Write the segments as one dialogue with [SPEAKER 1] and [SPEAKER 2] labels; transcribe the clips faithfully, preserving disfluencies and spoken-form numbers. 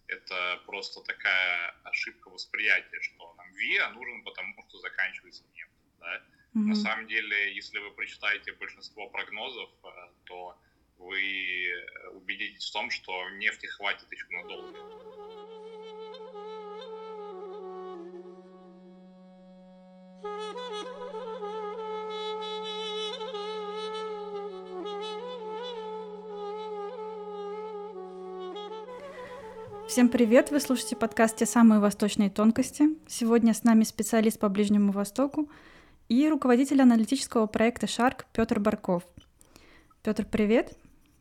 [SPEAKER 1] это просто такая ошибка восприятия, что нам ВИА нужен, потому что заканчивается нефть. Да?
[SPEAKER 2] Мгм.
[SPEAKER 1] На самом деле, если вы прочитаете большинство прогнозов, то вы убедитесь в том, что нефти хватит еще надолго.
[SPEAKER 2] Всем привет! Вы слушаете подкаст «Те самые восточные тонкости». Сегодня с нами специалист по Ближнему Востоку и руководитель аналитического проекта «Шарк» Петр Барков. Петр, привет!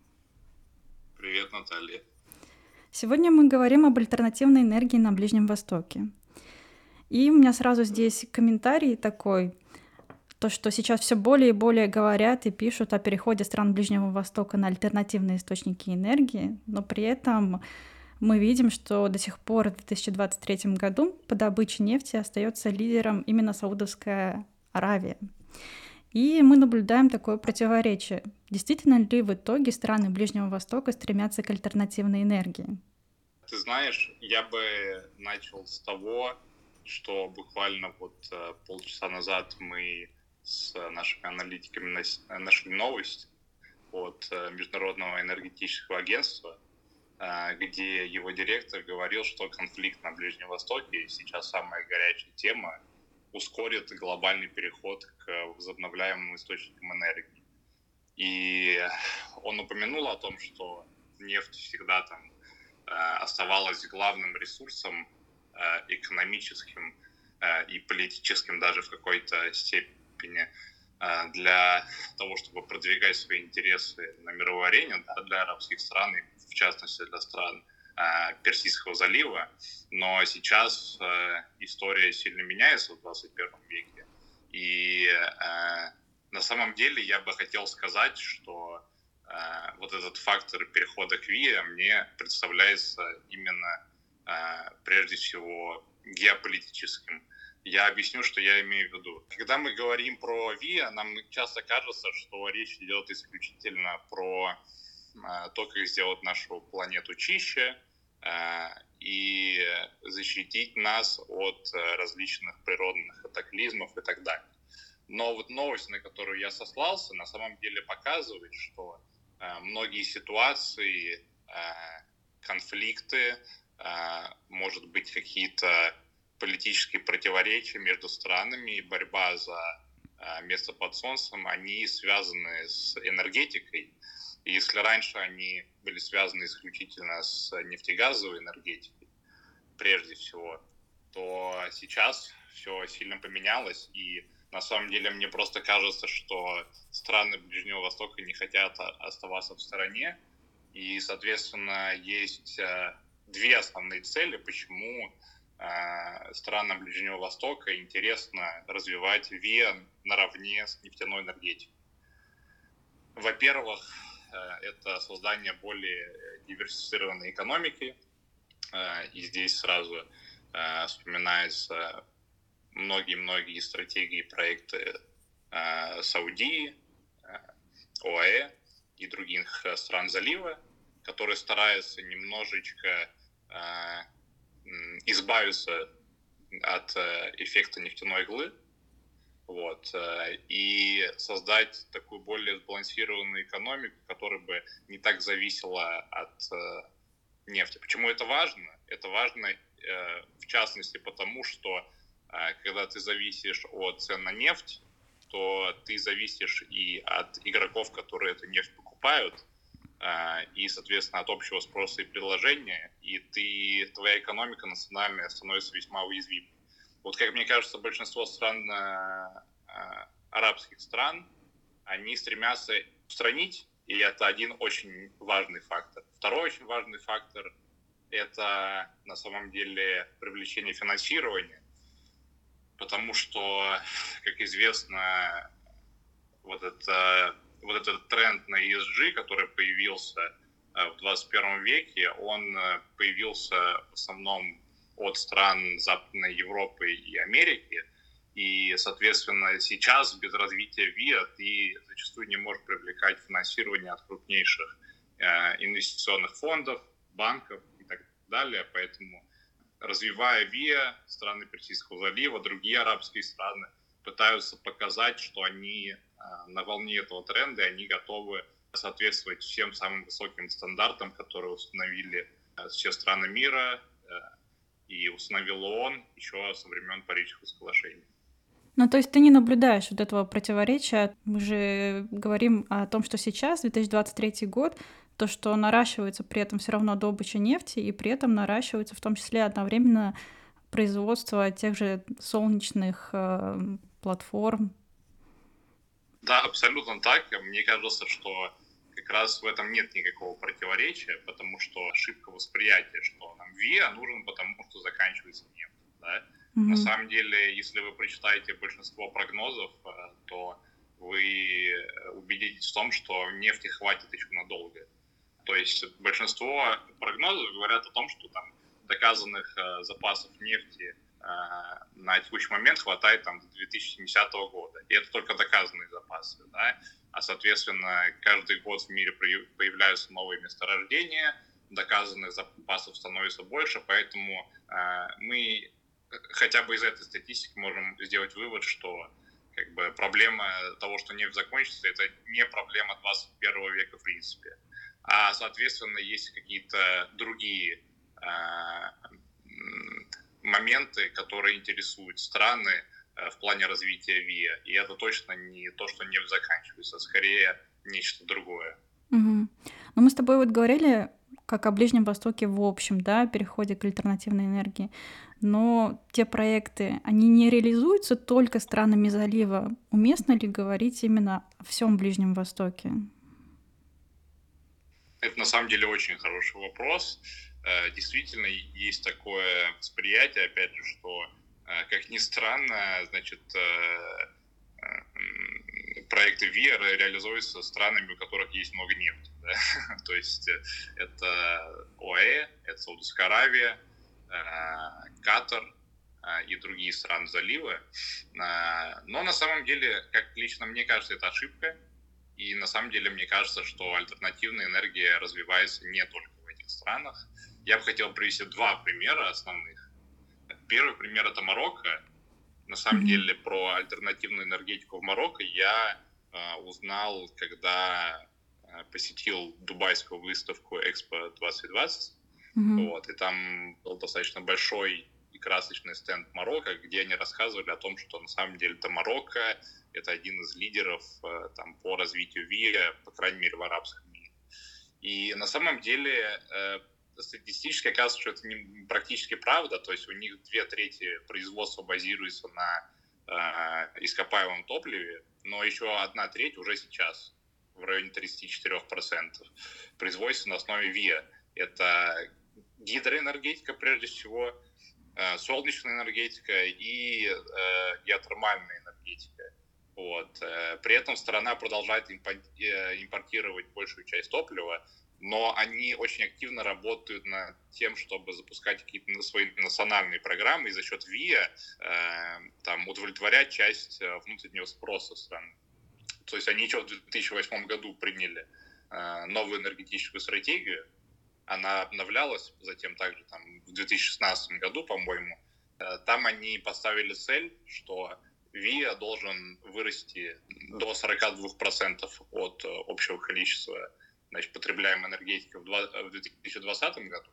[SPEAKER 1] Привет, Наталья!
[SPEAKER 2] Сегодня мы говорим об альтернативной энергии на Ближнем Востоке. И у меня сразу здесь комментарий такой, то, что сейчас все более и более говорят и пишут о переходе стран Ближнего Востока на альтернативные источники энергии, но при этом мы видим, что до сих пор в две тысячи двадцать третьем году по добыче нефти остается лидером именно Саудовская Аравия. И мы наблюдаем такое противоречие. Действительно ли в итоге страны Ближнего Востока стремятся к альтернативной энергии?
[SPEAKER 1] Ты знаешь, я бы начал с того, что буквально вот полчаса назад мы с нашими аналитиками нашли новость от Международного энергетического агентства, где его директор говорил, что конфликт на Ближнем Востоке, сейчас самая горячая тема, ускорит глобальный переход к возобновляемым источникам энергии. И он упомянул о том, что нефть всегда там оставалась главным ресурсом экономическим и политическим даже в какой-то степени для того, чтобы продвигать свои интересы на мировой арене, да, для арабских стран, и в частности для стран Персидского залива. Но сейчас история сильно меняется в двадцать первом веке. И на самом деле я бы хотел сказать, что вот этот фактор перехода к ВИА мне представляется именно прежде всего геополитическим. Я объясню, что я имею в виду. Когда мы говорим про ВИА, нам часто кажется, что речь идет исключительно про то, как сделать нашу планету чище и защитить нас от различных природных катаклизмов и так далее. Но вот новость, на которую я сослался, на самом деле показывает, что многие ситуации, конфликты, может быть, какие-то политические противоречия между странами и борьба за место под солнцем, они связаны с энергетикой. И если раньше они были связаны исключительно с нефтегазовой энергетикой, прежде всего, то сейчас все сильно поменялось. И на самом деле мне просто кажется, что страны Ближнего Востока не хотят оставаться в стороне. И, соответственно, есть две основные цели, почему странам Ближнего Востока интересно развивать ВИА наравне с нефтяной энергетикой. Во-первых, это создание более диверсифицированной экономики. И здесь сразу вспоминаются многие-многие стратегии, проекты Саудии, ОАЭ и других стран залива, которые стараются немножечко избавиться от эффекта нефтяной иглы, вот, и создать такую более сбалансированную экономику, которая бы не так зависела от нефти. Почему это важно? Это важно в частности потому, что когда ты зависишь от цен на нефть, то ты зависишь и от игроков, которые эту нефть покупают, и, соответственно, от общего спроса и предложения, и ты, твоя экономика национальная становится весьма уязвимой. Вот, как мне кажется, большинство стран, арабских стран, они стремятся устранить, и это один очень важный фактор. Второй очень важный фактор – это, на самом деле, привлечение финансирования, потому что, как известно, вот это... вот этот тренд на и эс джи, который появился в двадцать первом веке, он появился в основном от стран Западной Европы и Америки. И, соответственно, сейчас без развития ВИА ты зачастую не можешь привлекать финансирование от крупнейших инвестиционных фондов, банков и так далее. Поэтому, развивая ВИА, страны Персидского залива, другие арабские страны пытаются показать, что они на волне этого тренда, и они готовы соответствовать всем самым высоким стандартам, которые установили все страны мира и установил ООН еще со времен Парижского соглашения.
[SPEAKER 2] Ну, то есть ты не наблюдаешь вот этого противоречия. Мы же говорим о том, что сейчас, две тысячи двадцать третий год, то, что наращивается при этом все равно добыча нефти, и при этом наращивается в том числе одновременно производство тех же солнечных э, платформ.
[SPEAKER 1] Да, абсолютно так. Мне кажется, что как раз в этом нет никакого противоречия, потому что ошибка восприятия, что нам ВИА нужен, потому что заканчивается нефть. Да? Mm-hmm. На самом деле, если вы прочитаете большинство прогнозов, то вы убедитесь в том, что нефти хватит еще надолго. То есть большинство прогнозов говорят о том, что там доказанных запасов нефти на текущий момент хватает там, до две тысячи семидесятого года. И это только доказанные запасы. Да? А, соответственно, каждый год в мире появляются новые месторождения, доказанных запасов становится больше, поэтому э, мы хотя бы из этой статистики можем сделать вывод, что как бы, проблема того, что нефть закончится, это не проблема двадцать первого века в принципе. А, соответственно, есть какие-то другие э, моменты, которые интересуют страны э, в плане развития ВИА. И это точно не то, что нефть заканчивается, а скорее нечто другое.
[SPEAKER 2] Угу. Ну, мы с тобой вот говорили как о Ближнем Востоке в общем, да, переходе к альтернативной энергии. Но те проекты, они не реализуются только странами залива. Уместно ли говорить именно о всем Ближнем Востоке?
[SPEAKER 1] Это на самом деле очень хороший вопрос. Действительно, есть такое восприятие, опять же, что, как ни странно, значит, проекты ВИА реализуются странами, у которых есть много нефти. Да? То есть это ОАЭ, это Саудовская Аравия, Катар и другие страны залива. Но на самом деле, как лично мне кажется, это ошибка. И на самом деле мне кажется, что альтернативная энергия развивается не только в этих странах. Я бы хотел привести два примера основных. Первый пример — это Марокко. На самом mm-hmm. деле про альтернативную энергетику в Марокко я э, узнал, когда э, посетил дубайскую выставку Экспо двадцать двадцать. Mm-hmm. Вот, и там был достаточно большой и красочный стенд Марокко, где они рассказывали о том, что на самом деле это Марокко, это один из лидеров э, там, по развитию ВИА, по крайней мере, в арабском мире. И на самом деле э, статистически оказывается, что это не практически правда, то есть у них две трети производства базируется на э, ископаемом топливе, но еще одна треть уже сейчас, в районе тридцать четыре процента, производится на основе ВИА. Это гидроэнергетика, прежде всего, э, солнечная энергетика и э, геотермальная энергетика. Вот. При этом страна продолжает импортировать большую часть топлива, но они очень активно работают над тем, чтобы запускать какие-то свои национальные программы и за счет ВИА э, там, удовлетворять часть внутреннего спроса страны. То есть они еще в две тысячи восьмом году приняли э, новую энергетическую стратегию, она обновлялась затем также там, в две тысячи шестнадцатом году, по-моему. Э, там они поставили цель, что ВИА должен вырасти до сорок два процента от общего количества, значит, потребляемой энергетики в две тысячи двадцатом году.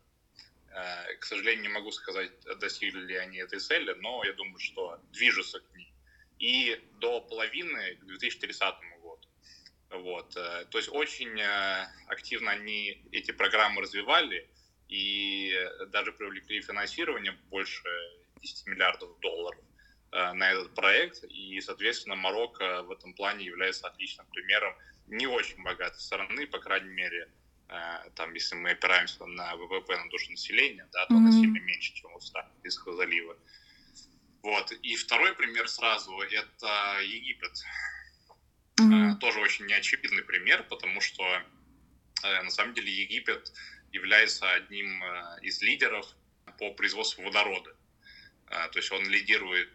[SPEAKER 1] К сожалению, не могу сказать, достигли ли они этой цели, но я думаю, что движутся к ней. И до половины к две тысячи тридцатому году. Вот. То есть очень активно они эти программы развивали и даже привлекли финансирование больше десяти миллиардов долларов на этот проект, и, соответственно, Марокко в этом плане является отличным примером не очень богатой страны, по крайней мере, там, если мы опираемся на ВВП на душу населения, да, то mm-hmm. она сильно меньше, чем у стран Персидского залива. Вот. И второй пример сразу — это Египет. Mm-hmm. Тоже очень неочевидный пример, потому что, на самом деле, Египет является одним из лидеров по производству водорода. То есть он лидирует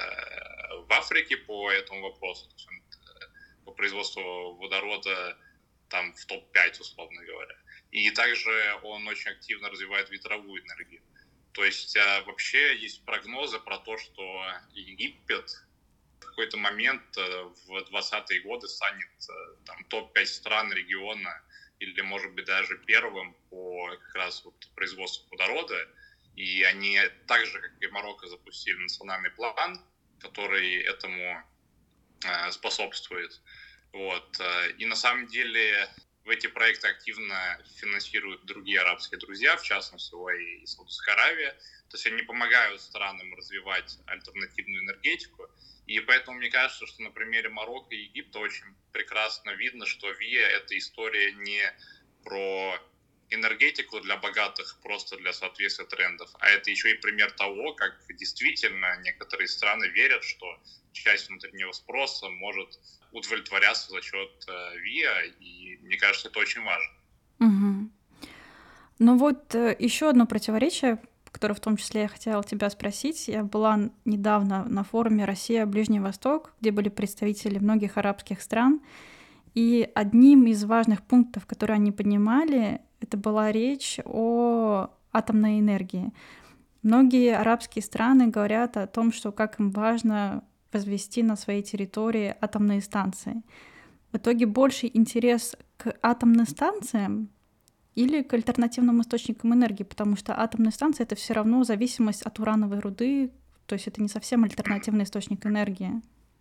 [SPEAKER 1] в Африке по этому вопросу, то есть он по производству водорода там в топ пять, условно говоря. и также он очень активно развивает ветровую энергию. То есть вообще есть прогнозы про то, что Египет в какой-то момент в двадцатые годы станет там, топ пять стран региона, или, может быть, даже первым по как раз вот производству водорода. И они так же, как и Марокко, запустили национальный план, который этому э, способствует. Вот. И на самом деле в эти проекты активно финансируют другие арабские друзья, в частности, и Саудовская Аравия. То есть они помогают странам развивать альтернативную энергетику. И поэтому мне кажется, что на примере Марокко и Египта очень прекрасно видно, что ВИА — это история не про энергетику для богатых просто для соответствия трендов, а это еще и пример того, как действительно некоторые страны верят, что часть внутреннего спроса может удовлетворяться за счет э, ВИА, и мне кажется, это очень важно.
[SPEAKER 2] Угу. Ну вот э, еще одно противоречие, которое в том числе я хотела тебя спросить. Я была недавно на форуме «Россия. Ближний Восток», где были представители многих арабских стран, и одним из важных пунктов, которые они поднимали, это была речь о атомной энергии. Многие арабские страны говорят о том, что как им важно возвести на своей территории атомные станции. В итоге больший интерес к атомным станциям или к альтернативным источникам энергии, потому что атомные станции — это все равно зависимость от урановой руды, то есть это не совсем альтернативный источник энергии.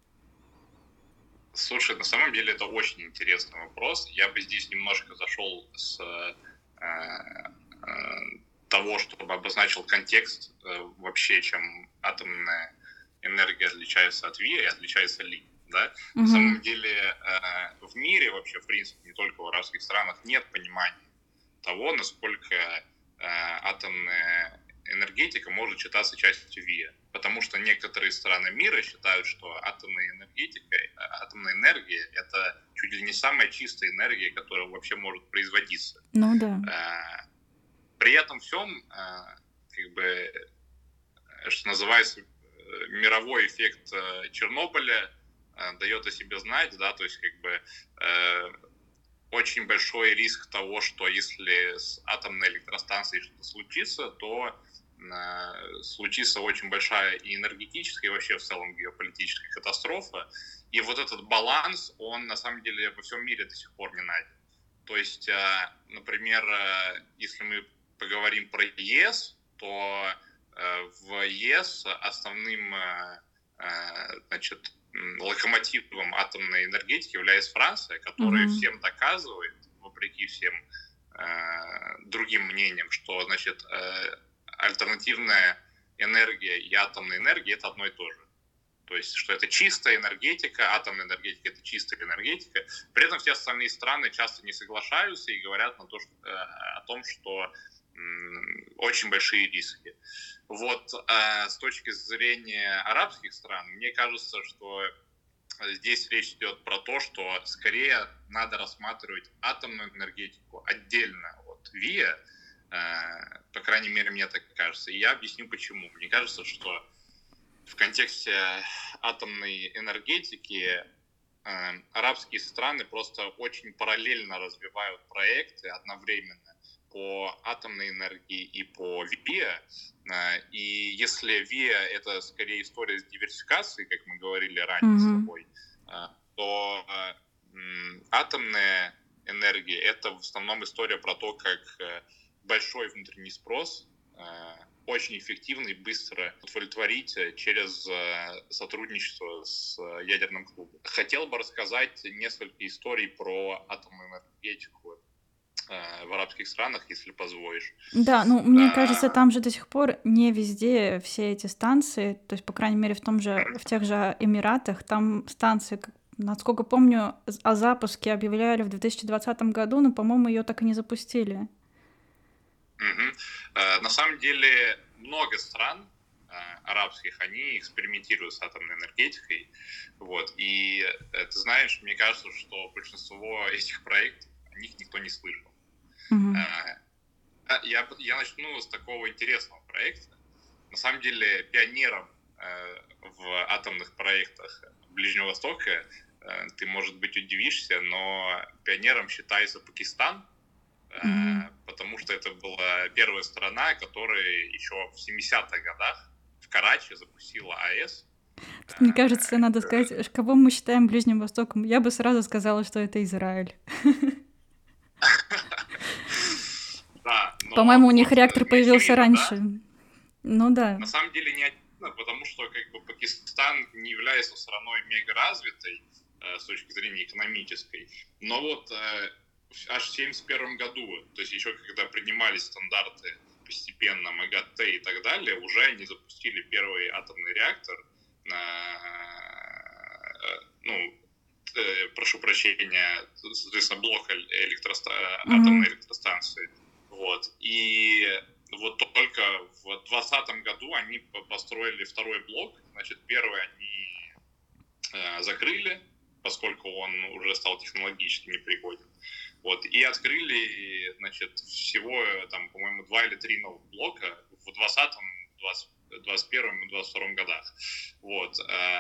[SPEAKER 1] Слушай, на самом деле это очень интересный вопрос. Я бы здесь немножко зашел с э, э, того, чтобы обозначил контекст э, вообще, чем атомная энергия отличается от ВИА и отличается ли. Да?
[SPEAKER 2] Угу.
[SPEAKER 1] На самом деле э, в мире вообще, в принципе, не только в арабских странах, нет понимания того, насколько э, атомная энергетика может считаться частью ВИА. Потому что некоторые страны мира считают, что атомная энергетика, атомная энергия — это чуть ли не самая чистая энергия, которая вообще может производиться.
[SPEAKER 2] Ну да.
[SPEAKER 1] При этом всем, как бы, что называется, мировой эффект Чернобыля дает о себе знать, да, то есть как бы очень большой риск того, что если с атомной электростанцией что-то случится, то случится очень большая и энергетическая, и вообще в целом геополитическая катастрофа. И вот этот баланс, он на самом деле во всем мире до сих пор не найден. То есть, например, если мы поговорим про ЕС, то в ЕС основным, значит, локомотивом атомной энергетики является Франция, которая mm-hmm. всем доказывает, вопреки всем другим мнениям, что, значит, альтернативная энергия и атомная энергия — это одно и то же. То есть, что это чистая энергетика, атомная энергетика — это чистая энергетика. При этом все остальные страны часто не соглашаются и говорят на то, что, э, о том, что м, очень большие риски. Вот э, с точки зрения арабских стран, мне кажется, что здесь речь идет про то, что скорее надо рассматривать атомную энергетику отдельно от ВИА. По крайней мере, мне так кажется. И я объясню, почему. Мне кажется, что в контексте атомной энергетики э, арабские страны просто очень параллельно развивают проекты одновременно по атомной энергии и по ВИА. Э, и если ВИА — это скорее история с диверсификацией, как мы говорили ранее mm-hmm. с тобой, э, то э, э, атомная энергия — это в основном история про то, как э, большой внутренний спрос э, очень эффективно и быстро удовлетворить через э, сотрудничество с э, ядерным клубом. Хотел бы рассказать несколько историй про атомную энергетику э, в арабских странах, если позволишь.
[SPEAKER 2] Да, ну мне а... кажется, там же до сих пор не везде все эти станции, то есть, по крайней мере, в том же, в тех же Эмиратах, там станции, насколько помню, о запуске объявляли в две тысячи двадцатом году, но, по-моему, ее так и не запустили.
[SPEAKER 1] Угу. На самом деле много стран арабских, они экспериментируют с атомной энергетикой. Вот. И ты знаешь, мне кажется, что большинство этих проектов, о них никто не слышал.
[SPEAKER 2] Угу.
[SPEAKER 1] Я, я начну с такого интересного проекта. На самом деле пионером в атомных проектах Ближнего Востока, ты, может быть, удивишься, но пионером считается Пакистан.
[SPEAKER 2] Мгм.
[SPEAKER 1] потому что это была первая страна, которая еще в семидесятых годах в Карачи запустила АЭС.
[SPEAKER 2] Тут, мне кажется, надо сказать, кого мы считаем Ближним Востоком. Я бы сразу сказала, что это Израиль.
[SPEAKER 1] Да, но
[SPEAKER 2] По-моему, у них
[SPEAKER 1] вот
[SPEAKER 2] реактор
[SPEAKER 1] не
[SPEAKER 2] появился
[SPEAKER 1] очевидно,
[SPEAKER 2] раньше.
[SPEAKER 1] да?
[SPEAKER 2] Ну да.
[SPEAKER 1] На самом деле не очевидно, потому что как бы Пакистан не является страной мегаразвитой э, с точки зрения экономической, но вот э, аж в семьдесят первом году, то есть еще когда принимались стандарты постепенно МАГАТЭ и так далее, уже они запустили первый атомный реактор, э, ну, э, прошу прощения, соответственно, блок электроста-
[SPEAKER 2] Мгм.
[SPEAKER 1] атомной электростанции. Вот. И вот только в двадцатом году они построили второй блок. Значит, первый они э, закрыли, поскольку он уже стал технологически непригоден. Вот. И открыли, значит, всего, там, по-моему, два или три новых блока в двадцатом, двадцать первом и двадцать втором годах. Вот.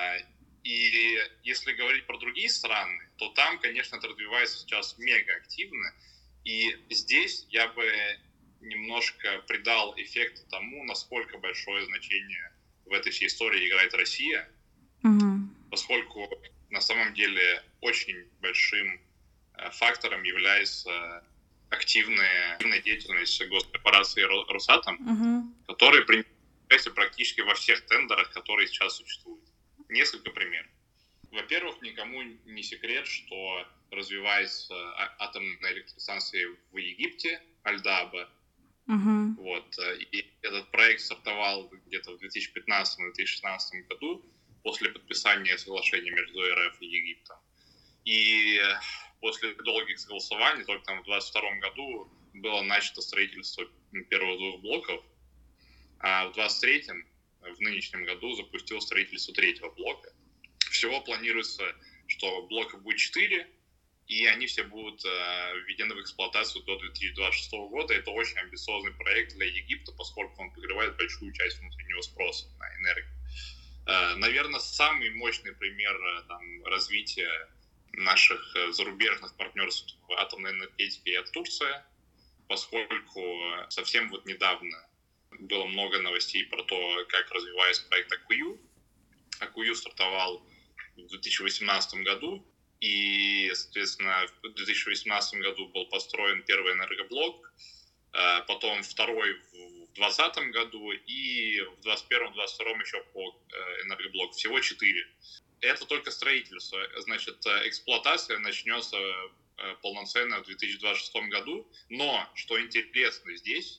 [SPEAKER 1] И если говорить про другие страны, то там, конечно, это развивается сейчас мега активно. И здесь я бы немножко придал эффект тому, насколько большое значение в этой всей истории играет Россия,
[SPEAKER 2] Мгм.
[SPEAKER 1] поскольку на самом деле очень большим фактором является активная, активная деятельность госкорпорации Росатом,
[SPEAKER 2] Мгм.
[SPEAKER 1] которая принимает участие практически во всех тендерах, которые сейчас существуют. Несколько примеров. Во-первых, никому не секрет, что развивается атомная электростанция в Египте, Аль-Даба.
[SPEAKER 2] Мгм.
[SPEAKER 1] Вот. И этот проект стартовал где-то в две тысячи пятнадцатом - две тысячи шестнадцатом году после подписания соглашения между РФ и Египтом. И после долгих согласований, только там в двадцать втором году было начато строительство первых двух блоков, а в двадцать третьем, в нынешнем году, запустил строительство третьего блока. Всего планируется, что блоков будет четыре, и они все будут э, введены в эксплуатацию до две тысячи двадцать шестого года. Это очень амбициозный проект для Египта, поскольку он покрывает большую часть внутреннего спроса на энергию. Э, наверное, самый мощный пример э, там, развития наших э, зарубежных партнерств в атомной энергетике — это Турция, поскольку совсем вот недавно было много новостей про то, как развивается проект Акую. Акую стартовал в две тысячи восемнадцатом году, и, соответственно, в две тысячи восемнадцатом году был построен первый энергоблок, потом второй в двадцатом году, и в двадцать первом - двадцать втором еще по энергоблоку. Всего четыре. Это только строительство. Значит, эксплуатация начнется полноценно в две тысячи двадцать шестом году. Но, что интересно здесь,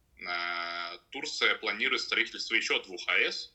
[SPEAKER 1] Турция планирует строительство еще двух АЭС.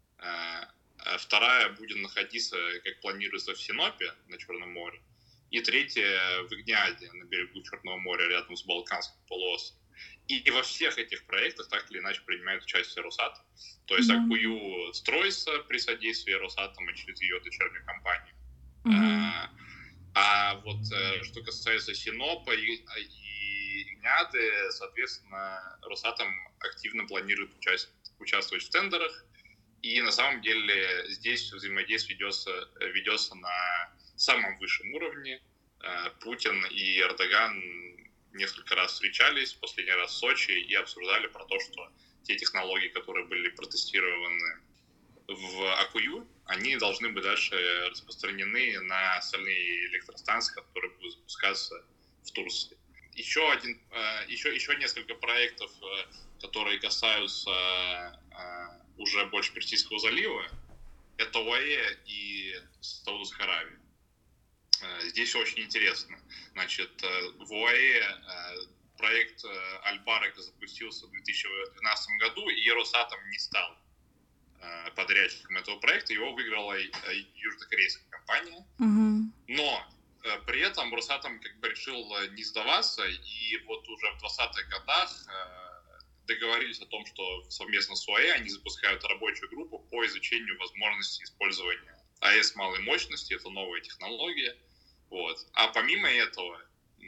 [SPEAKER 1] Вторая будет находиться, как планируется, в Синопе на Черном море. И третья в Игняде на берегу Черного моря, рядом с Балканским полуостровом. И во всех этих проектах так или иначе принимает участие Росатом. То есть
[SPEAKER 2] Да.
[SPEAKER 1] Акую строится при содействии Росатома через ее дочернюю компанию.
[SPEAKER 2] Мгм.
[SPEAKER 1] А, а вот что касается Синопа и, и Игняды, соответственно, Росатом активно планирует участь, участвовать в тендерах. И на самом деле здесь взаимодействие ведется, ведется на самом высшем уровне. Путин и Эрдоган несколько раз встречались, последний раз в Сочи, и обсуждали про то, что те технологии, которые были протестированы в Акую, они должны быть дальше распространены на остальные электростанции, которые будут запускаться в Турции. Еще, один, еще, еще несколько проектов, которые касаются уже больше Персидского залива, это ОАЭ и Саудовская Аравия. Здесь очень интересно. Значит, в ОАЭ проект Аль-Барака запустился в две тысячи двенадцатом году, и Росатом не стал подрядчиком этого проекта. Его выиграла южнокорейская компания.
[SPEAKER 2] Мгм.
[SPEAKER 1] Но при этом Росатом как бы решил не сдаваться, и вот уже в двадцатых годах договорились о том, что совместно с ОАЭ они запускают рабочую группу по изучению возможности использования АЭС малой мощности. Это новая технология. Вот. А помимо этого,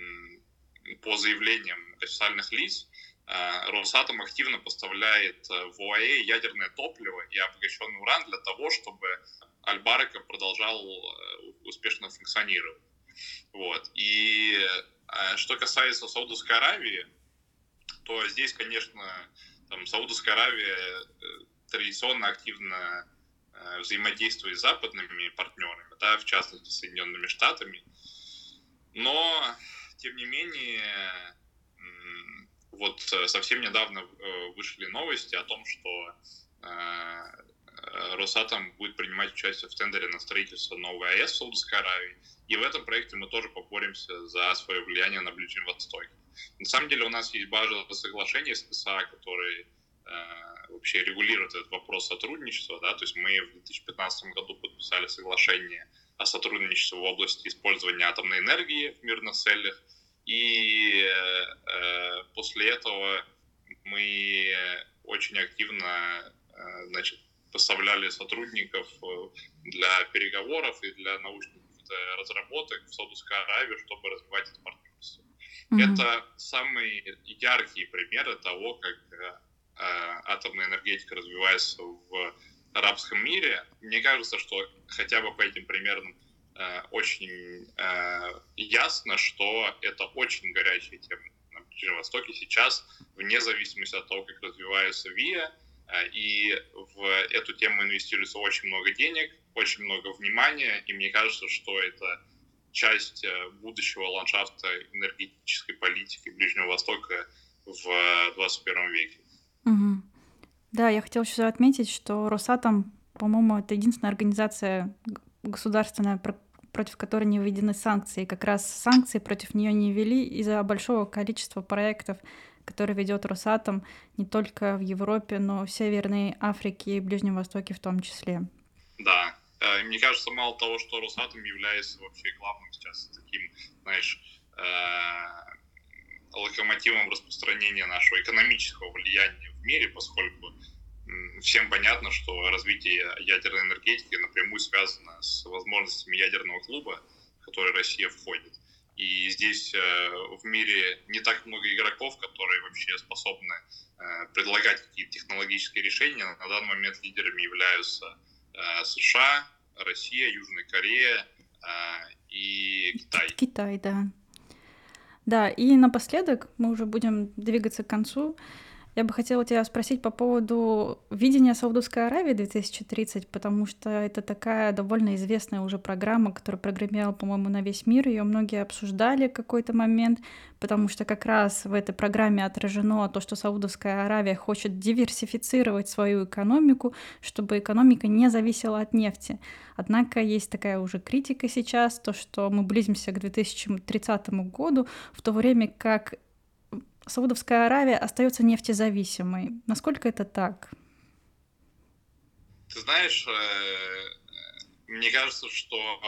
[SPEAKER 1] по заявлениям официальных лиц, Росатом активно поставляет в ОАЭ ядерное топливо и обогащенный уран для того, чтобы Аль-Барака продолжал успешно функционировать. Вот. И э, что касается Саудовской Аравии, то здесь, конечно, там, Саудовская Аравия э, традиционно активно э, взаимодействует с западными партнерами, да, в частности, с Соединенными Штатами. Но, тем не менее, м, вот э, совсем недавно э, вышли новости о том, что э, э, Росатом будет принимать участие в тендере на строительство новой АЭС в Саудовской Аравии. И в этом проекте мы тоже поборемся за свое влияние на Ближнем Востоке. На самом деле у нас есть базовое соглашение с КСА, которое э, вообще регулирует этот вопрос сотрудничества. Да? То есть мы в две тысячи пятнадцатом году подписали соглашение о сотрудничестве в области использования атомной энергии в мирных целях. И э, после этого мы очень активно э, значит, поставляли сотрудников для переговоров и для научных разработок в Саудовской Аравии, чтобы развивать это партнерство. Mm-hmm. Это самые яркие примеры того, как э, атомная энергетика развивается в арабском мире. Мне кажется, что хотя бы по этим примерам э, очень э, ясно, что это очень горячая тема на Ближнем Востоке сейчас, вне зависимости от того, как развивается ВИА. Э, и в эту тему инвестируется очень много денег, очень много внимания, и мне кажется, что это часть будущего ландшафта энергетической политики Ближнего Востока в двадцать первом веке.
[SPEAKER 2] Угу. Да, я хотела еще отметить, что Росатом, по-моему, это единственная организация государственная, против которой не введены санкции. Как раз санкции против нее не ввели из-за большого количества проектов, которые ведет Росатом не только в Европе, но и в Северной Африке и Ближнем Востоке в том числе.
[SPEAKER 1] Да. Мне кажется, мало того, что Росатом является вообще главным сейчас таким, знаешь, локомотивом распространения нашего экономического влияния в мире, поскольку всем понятно, что развитие ядерной энергетики напрямую связано с возможностями ядерного клуба, в который Россия входит. И здесь в мире не так много игроков, которые вообще способны предлагать какие-то технологические решения. На данный момент лидерами являются США, Россия, Южная Корея э, и Китай.
[SPEAKER 2] Китай, да. Да, и напоследок, мы уже будем двигаться к концу, я бы хотела тебя спросить по поводу видения Саудовской Аравии две тысячи тридцать, потому что это такая довольно известная уже программа, которая прогремела, по-моему, на весь мир. Ее многие обсуждали в какой-то момент, потому что как раз в этой программе отражено то, что Саудовская Аравия хочет диверсифицировать свою экономику, чтобы экономика не зависела от нефти. Однако есть такая уже критика сейчас, то, что мы близимся к две тысячи тридцатому году, в то время как Саудовская Аравия остается нефтезависимой. Насколько это так?
[SPEAKER 1] Ты знаешь, мне кажется, что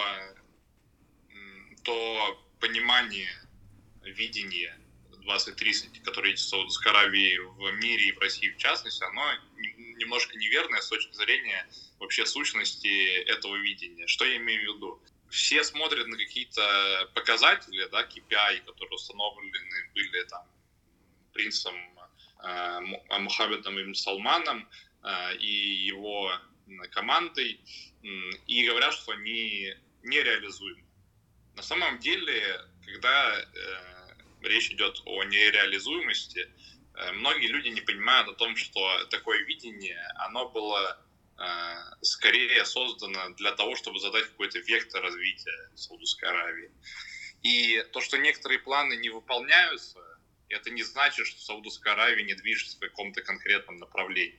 [SPEAKER 1] то понимание, видение двадцать тридцать, которое есть в Саудовской Аравии в мире и в России в частности, оно немножко неверное с точки зрения вообще сущности этого видения. Что я имею в виду? Все смотрят на какие-то показатели, да, кей пи ай, которые установлены были там принцем э, Мухаммедом ибн Салманом э, и его командой, э, и говорят, что они нереализуемы. На самом деле, когда э, речь идет о нереализуемости, э, многие люди не понимают о том, что такое видение, оно было э, скорее создано для того, чтобы задать какой-то вектор развития Саудовской Аравии. И то, что некоторые планы не выполняются, это не значит, что Саудовская Аравия не движется в каком-то конкретном направлении.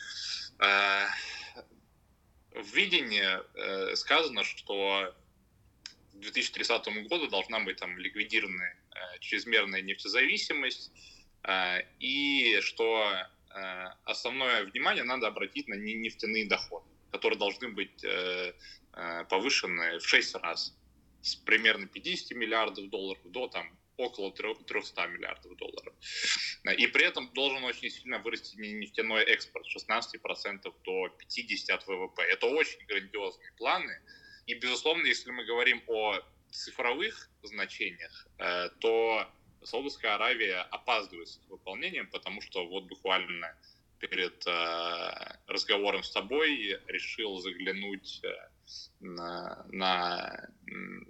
[SPEAKER 1] В видении сказано, что к две тысячи тридцатому году должна быть там ликвидирована чрезмерная нефтезависимость, и что основное внимание надо обратить на нефтяные доходы, которые должны быть повышены в шесть раз, с примерно пятьдесят миллиардов долларов до там около триста миллиардов долларов. И при этом должен очень сильно вырасти нефтяной экспорт с шестнадцати процентов до пятидесяти процентов от вэ вэ пэ. Это очень грандиозные планы. И, безусловно, если мы говорим о цифровых значениях, то Саудовская Аравия опаздывает с выполнением, потому что вот буквально перед разговором с тобой решил заглянуть на, на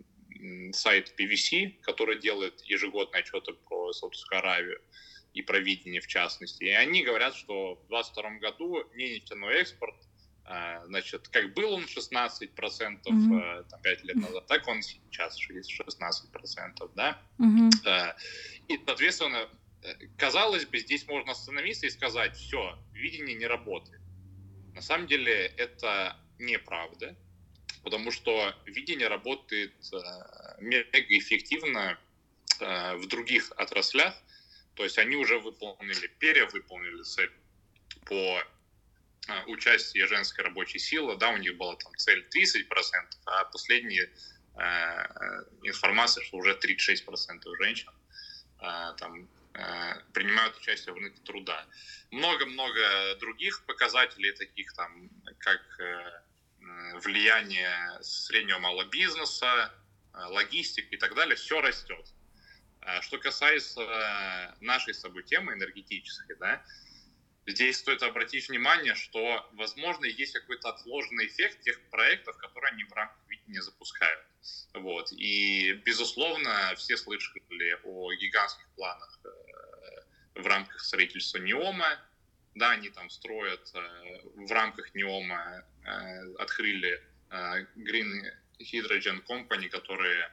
[SPEAKER 1] сайт пи ви си, который делает ежегодные отчеты про Саудовскую Аравию и про видение в частности. И они говорят, что в двадцать втором году нефтяной экспорт, значит, как был он шестнадцать процентов mm-hmm. там, пять лет назад, так он сейчас шестнадцать процентов, да? Mm-hmm. И, соответственно, казалось бы, здесь можно остановиться и сказать, все, видение не работает. На самом деле это неправда, потому что видение работает мегаэффективно в других отраслях, то есть они уже выполнили, перевыполнили цель по участию женской рабочей силы, да, у них была там цель тридцать процентов, а последняя э, информация, что уже тридцать шесть процентов женщин э, там, э, принимают участие в рынке труда. Много-много других показателей, таких там, как э, влияние среднего малого бизнеса, э, логистика и так далее, все растет. Что касается нашей с собой темы энергетической, да, здесь стоит обратить внимание, что, возможно, есть какой-то отложенный эффект тех проектов, которые они в рамках видения запускают. Вот. И, безусловно, все слышали о гигантских планах в рамках строительства НЕОМа. Да, они там строят в рамках НЕОМа, открыли Green Hydrogen Company, которые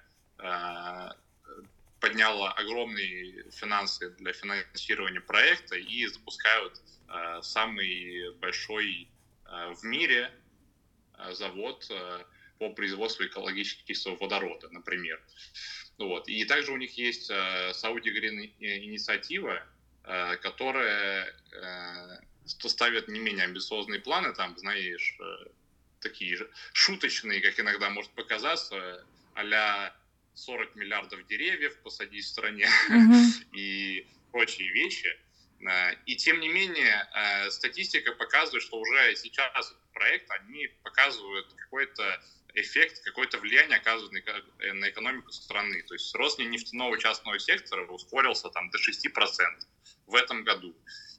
[SPEAKER 1] подняла огромные финансы для финансирования проекта и запускают э, самый большой э, в мире э, завод э, по производству экологического водорода, например. Вот. И также у них есть э, Saudi Green инициатива, э, которая э, ставит не менее амбициозные планы, там, знаешь, э, такие же шуточные, как иногда может показаться, а-ля сорок миллиардов деревьев посадить в стране uh-huh. и прочие вещи. И тем не менее, статистика показывает, что уже сейчас проект, они показывают какой-то эффект, какое-то влияние оказывает на экономику страны. То есть рост нефтяного частного сектора ускорился там до шести процентов в этом году.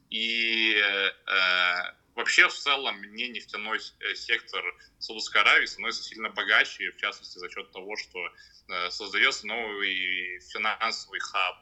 [SPEAKER 1] И э, вообще, в целом, не нефтяной сектор Саудовской Аравии становится сильно богаче, в частности, за счет того, что э, создается новый финансовый хаб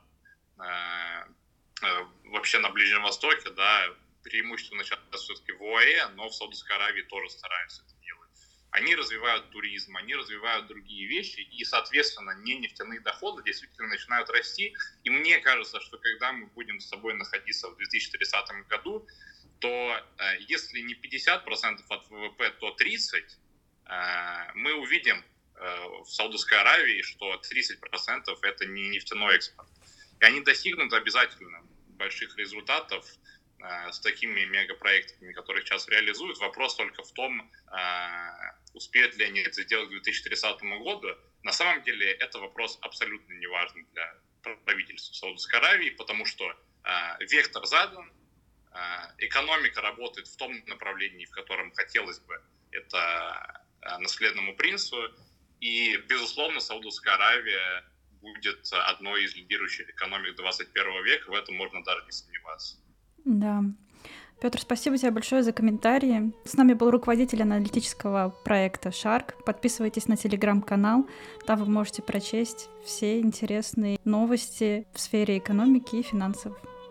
[SPEAKER 1] э, э, вообще на Ближнем Востоке, да, преимущественно сейчас все-таки в ОАЭ, но в Саудовской Аравии тоже стараются это делать. Они развивают туризм, они развивают другие вещи, и, соответственно, не нефтяные доходы действительно начинают расти. И мне кажется, что когда мы будем с собой находиться в две тысячи тридцатом году, то э, если не пятьдесят процентов от ВВП, то тридцать процентов, э, мы увидим э, в Саудовской Аравии, что тридцать процентов это не нефтяной экспорт. И они достигнут обязательно больших результатов э, с такими мегапроектами, которые сейчас реализуют. Вопрос только в том, э, успеют ли они это сделать к две тысячи тридцатому году. На самом деле это вопрос абсолютно неважный для правительства Саудовской Аравии, потому что э, вектор задан, экономика работает в том направлении, в котором хотелось бы это наследному принцу. И, безусловно, Саудовская Аравия будет одной из лидирующих экономик двадцать первого века. В этом можно даже не сомневаться.
[SPEAKER 2] Да. Петр, спасибо тебе большое за комментарии. С нами был руководитель аналитического проекта Shark. Подписывайтесь на телеграм-канал. Там вы можете прочесть все интересные новости в сфере экономики и финансов.